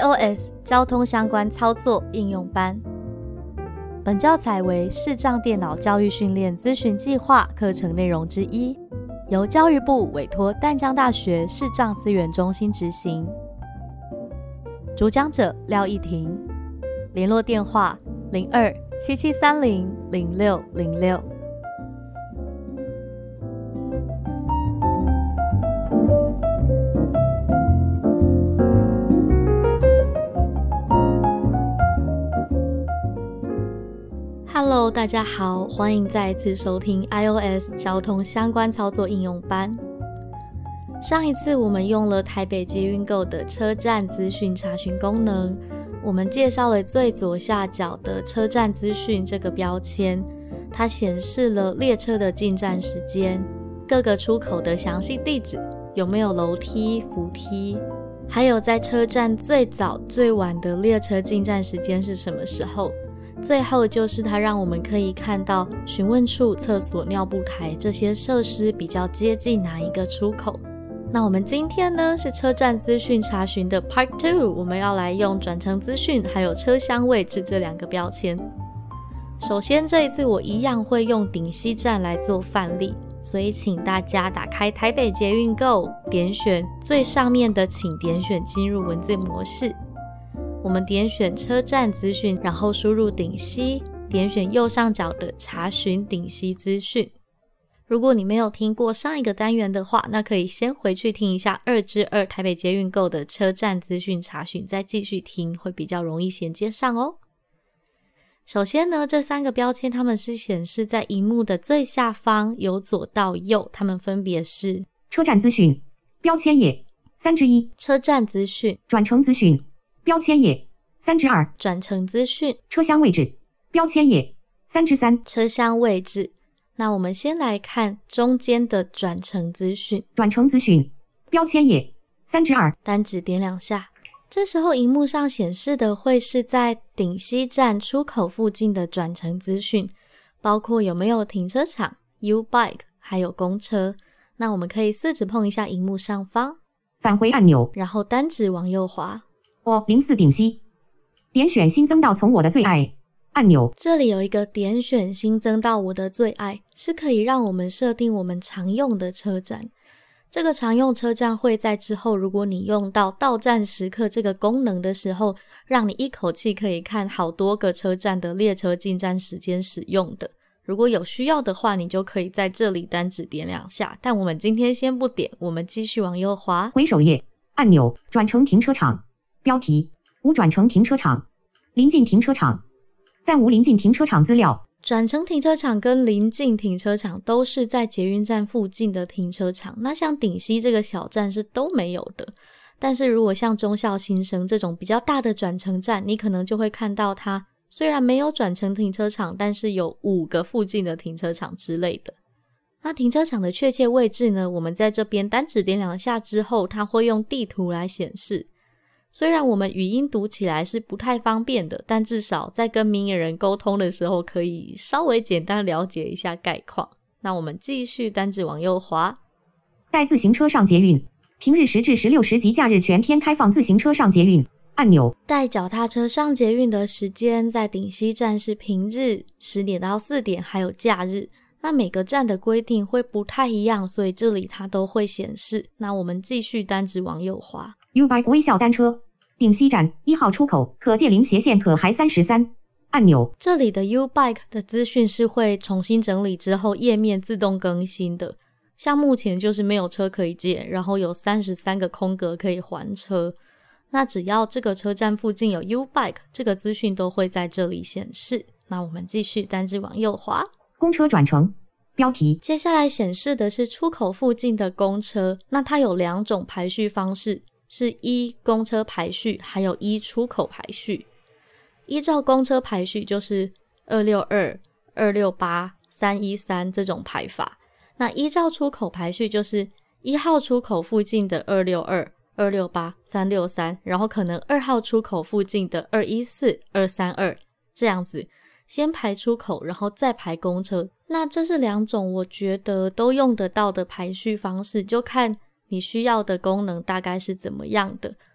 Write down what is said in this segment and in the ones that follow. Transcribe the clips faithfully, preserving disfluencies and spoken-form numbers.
iOS 交通相关操作应用班。本教材为视障电脑教育训练咨询计划课程内容之一，由教育部委托淡江大学视障资源中心执行。主讲者廖逸婷，联络电话零二七七三零零六零六。Hello， 大家好，欢迎再一次收听 iOS 交通相关操作应用班。上一次我们用了台北捷运 Go 的车站资讯查询功能，我们介绍了最左下角的车站资讯这个标签，它显示了列车的进站时间、各个出口的详细地址，有没有楼梯、扶梯，还有在车站最早最晚的列车进站时间是什么时候。最后就是它让我们可以看到询问处、厕所、尿布台这些设施比较接近哪一个出口。那我们今天呢是车站资讯查询的 Part 二， 我们要来用转乘资讯还有车厢位置这两个标签。首先这一次我一样会用顶溪站来做范例，所以请大家打开台北捷运 Go， 点选最上面的请点选进入文字模式。我们点选车站资讯，然后输入顶溪，点选右上角的查询顶溪资讯。如果你没有听过上一个单元的话，那可以先回去听一下二之二台北捷运 Go 的车站资讯查询，再继续听，会比较容易衔接上哦。首先呢，这三个标签它们是显示在萤幕的最下方，由左到右，它们分别是车站资讯标签页三之一， 车站资讯转乘资讯标签页三之二， 转乘资讯车厢位置标签页三之三， 车厢位置。那我们先来看中间的转乘资讯， 转乘资讯标签页三之二， 单指点两下。这时候萤幕上显示的会是在顶溪站出口附近的转乘资讯，包括有没有停车场、U-Bike 还有公车。那我们可以四指碰一下萤幕上方返回按钮， 然后单指往右滑。 哦，零四顶溪，点选新增到从我的最爱按钮。 这里有一个点选新增到我的最爱，是可以让我们设定我们常用的车站。这个常用车站会在之后，如果你用到到站时刻这个功能的时候，让你一口气可以看好多个车站的列车进站时间使用的。如果有需要的话，你就可以在这里单指点两下，但我们今天先不点，我们继续往右滑。 回首页按钮，转乘停车场标题无转乘停车场，临近停车场，暂无临近停车场资料。 转乘停车场跟临近停车场都是在捷运站附近的停车场，那像顶溪这个小站是都没有的。但是如果像忠孝新生这种比较大的转乘站，你可能就会看到它虽然没有转乘停车场，但是有五个附近的停车场之类的。那停车场的确切位置呢，我们在这边单指点两下之后，它会用地图来显示。虽然我们语音读起来是不太方便的，但至少在跟明眼人沟通的时候可以稍微简单了解一下概况。那我们继续单指往右滑。 带自行车上捷运，平日十至十六时及假日全天开放自行车上捷运按钮。 带脚踏车上捷运的时间在顶溪站是平日十点到四点，还有假日。那每个站的规定会不太一样，所以这里它都会显示。那我们继续单指往右滑。 U-Bike 微笑单车顶溪站一号出口可借零斜线可还三十三按钮。 这里的 U-Bike 的资讯是会重新整理之后页面自动更新的。像目前就是没有车可以借，然后有三十三个空格可以还车。那只要这个车站附近有 U-Bike， 这个资讯都会在这里显示。那我们继续单指往右滑。 公车转乘标题， 接下来显示的是出口附近的公车。那它有两种排序方式，是依公车排序，还有依出口排序。依照公车排序就是二六二、二六八、三一三这种排法。那依照出口排序就是一号出口附近的二六二、二六八、三六三，然后可能二号出口附近的二一四、二三二，这样子先排出口，然后再排公车。那这是两种我觉得都用得到的排序方式，就看你需要的功能大概是怎么样的。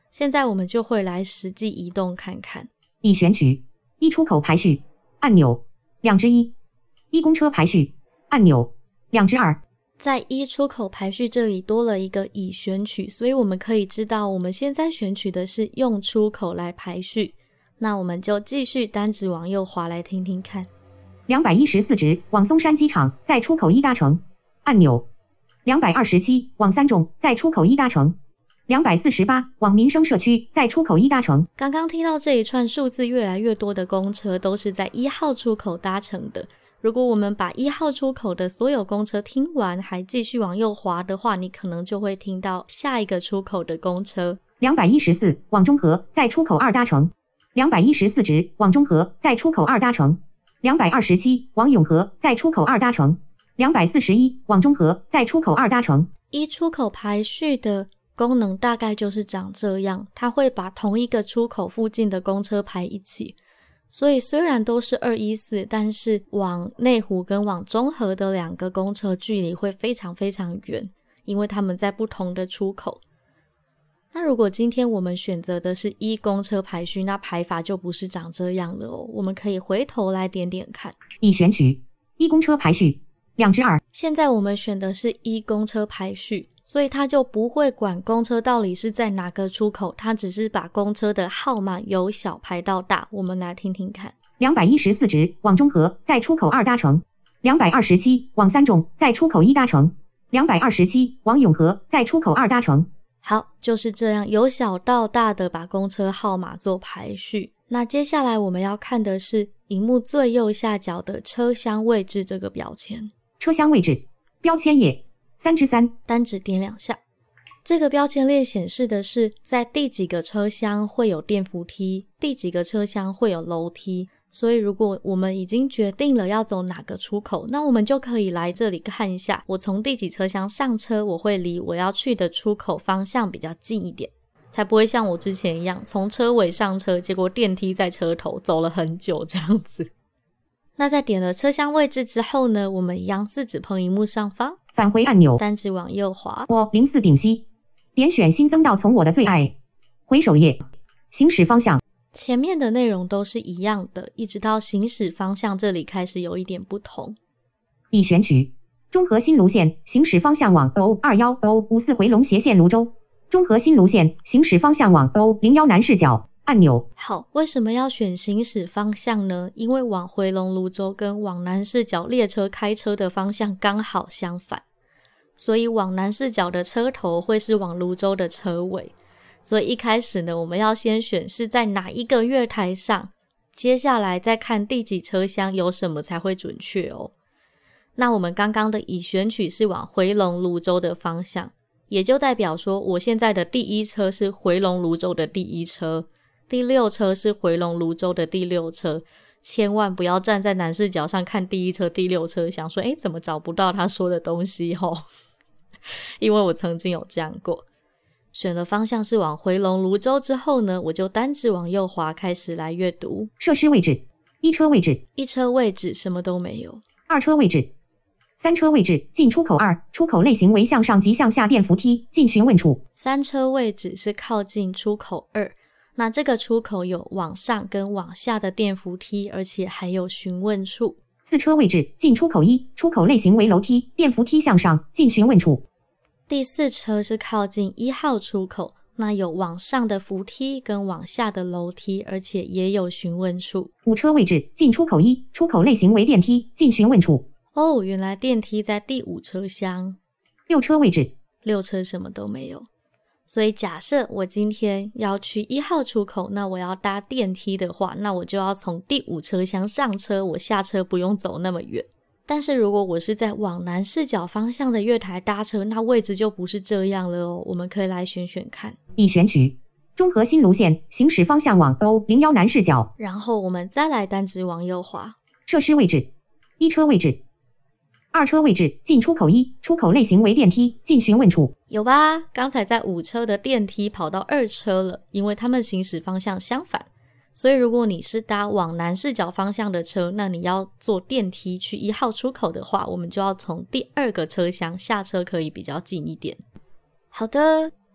现在我们就会来实际移动看看。 已选取一出口排序按钮两之一，一公车排序按钮两之二。 在一出口排序这里多了一个已选取，所以我们可以知道我们现在选取的是用出口来排序。那我们就继续单指往右滑来听听看。 两百一十四直往松山机场，在出口一搭乘按钮两百二十七往三重，在出口一搭乘两百四十八往民生社区，在出口一搭乘。 刚刚听到这一串数字越来越多的公车都是在一号出口搭乘的。如果我们把一号出口的所有公车听完，还继续往右滑的话，你可能就会听到下一个出口的公车。 两百一十四往中和，在出口二搭乘两百一十四直往中和，在出口二搭乘两百二十七往永和，在出口二搭乘两百四十一往中和，在出口二搭乘。 一出口排序的功能大概就是长这样，它会把同一个出口附近的公车排一起。所以虽然都是二一四，但是往内湖跟往中和的两个公车距离会非常非常远，因为他们在不同的出口。那如果今天我们选择的是一公车排序，那排法就不是长这样了哦。我们可以回头来点点看。 已选取一公车排序两之二。 现在我们选的是一公车排序，所以它就不会管公车到底是在哪个出口，它只是把公车的号码由小排到大。我们来听听看。 两百一十四直往中和，在出口二搭乘两百二十七往三重，在出口一搭乘两百二十七往永和，在出口二搭乘。 好，就是这样由小到大的把公车号码做排序。那接下来我们要看的是萤幕最右下角的车厢位置这个标签。 车厢位置标签页三之三， 单指点两下。这个标签列显示的是在第几个车厢会有电扶梯，第几个车厢会有楼梯。所以如果我们已经决定了要走哪个出口，那我们就可以来这里看一下，我从第几车厢上车，我会离我要去的出口方向比较近一点，才不会像我之前一样从车尾上车，结果电梯在车头走了很久这样子。那在点了车厢位置之后呢，我们一样四指碰萤幕上方返回按钮， 单指往右滑。 我零四顶西，点选新增到从我的最爱，回首页，行驶方向。 前面的内容都是一样的，一直到行驶方向这里开始有一点不同。 已选取中和新路线，行驶方向往 O 二一 O 五四回龙斜线泸州，中和新路线，行驶方向往 O 零一南视角按钮。 好，为什么要选行驶方向呢？因为往回龙泸州跟往南视角列车开车的方向刚好相反，所以往南视角的车头会是往泸州的车尾。所以一开始呢，我们要先选是在哪一个月台上，接下来再看第几车厢有什么才会准确哦。那我们刚刚的已选取是往回龙泸州的方向，也就代表说我现在的第一车是回龙泸州的第一车，第六车是回龙泸州的第六车。千万不要站在南视角上看第一车第六车，想说诶怎么找不到他说的东西哦因为我曾经有这样过。选了方向是往回龙泸州之后呢，我就单指往右滑开始来阅读。 设施位置一车位置， 一车位置什么都没有。 二车位置，三车位置，进出口二，出口类型为向上及向下电扶梯，进询问处。 三车位置是靠近出口二，那这个出口有往上跟往下的电扶梯，而且还有询问处。 四车位置，进出口一，出口类型为楼梯，电扶梯向上，进询问处。 第四车是靠近一号出口，那有往上的扶梯跟往下的楼梯，而且也有询问处。 五车位置，进出口一，出口类型为电梯，进询问处。 哦，原来电梯在第五车厢。 六车位置， 六车什么都没有。所以假设我今天要去一号出口，那我要搭电梯的话，那我就要从第五车厢上车，我下车不用走那么远。但是如果我是在往南视角方向的月台搭车，那位置就不是这样了哦。我们可以来选选看。 已选取中和新路线，行驶方向往 O 零一南视角， 然后我们再来单指往右滑。 设施位置一车位置，二车位置，进出口一，出口类型为电梯，进询问处。 有吧？刚才在五车的电梯跑到二车了，因为他们行驶方向相反。所以如果你是搭往南视角方向的车，那你要坐电梯去一号出口的话，我们就要从第二个车厢下车，可以比较近一点。好的，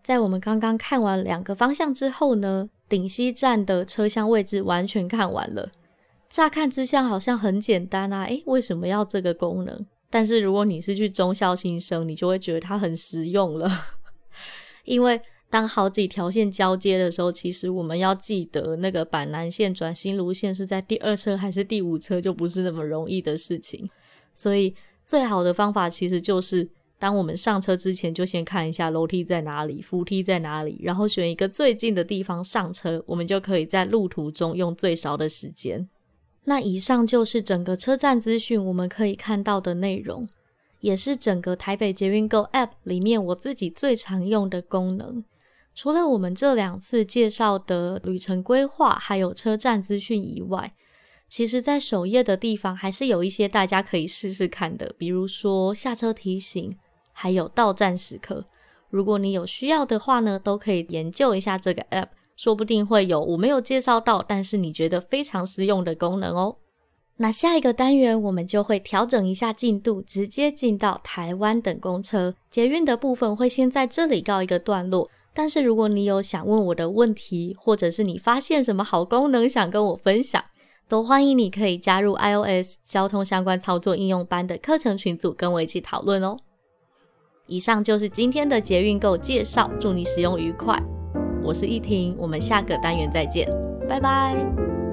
在我们刚刚看完两个方向之后呢，顶溪站的车厢位置完全看完了。乍看之下好像很简单啊，诶，为什么要这个功能？但是如果你是去忠孝新生，你就会觉得它很实用了。因为当好几条线交接的时候，其实我们要记得那个板南线转新芦线是在第二车还是第五车，就不是那么容易的事情。所以最好的方法其实就是当我们上车之前就先看一下楼梯在哪里，扶梯在哪里，然后选一个最近的地方上车，我们就可以在路途中用最少的时间。那以上就是整个车站资讯我们可以看到的内容，也是整个台北捷运 Go App 里面我自己最常用的功能。除了我们这两次介绍的旅程规划还有车站资讯以外，其实在首页的地方还是有一些大家可以试试看的，比如说下车提醒还有到站时刻。如果你有需要的话呢，都可以研究一下这个 App， 说不定会有我没有介绍到但是你觉得非常实用的功能哦。那下一个单元我们就会调整一下进度，直接进到台湾等公车。捷运的部分会先在这里告一个段落，但是如果你有想问我的问题，或者是你发现什么好功能想跟我分享，都欢迎你可以加入 iOS 交通相关操作应用班的课程群组跟我一起讨论哦。以上就是今天的捷运购介绍，祝你使用愉快。我是依婷，我们下个单元再见，拜拜。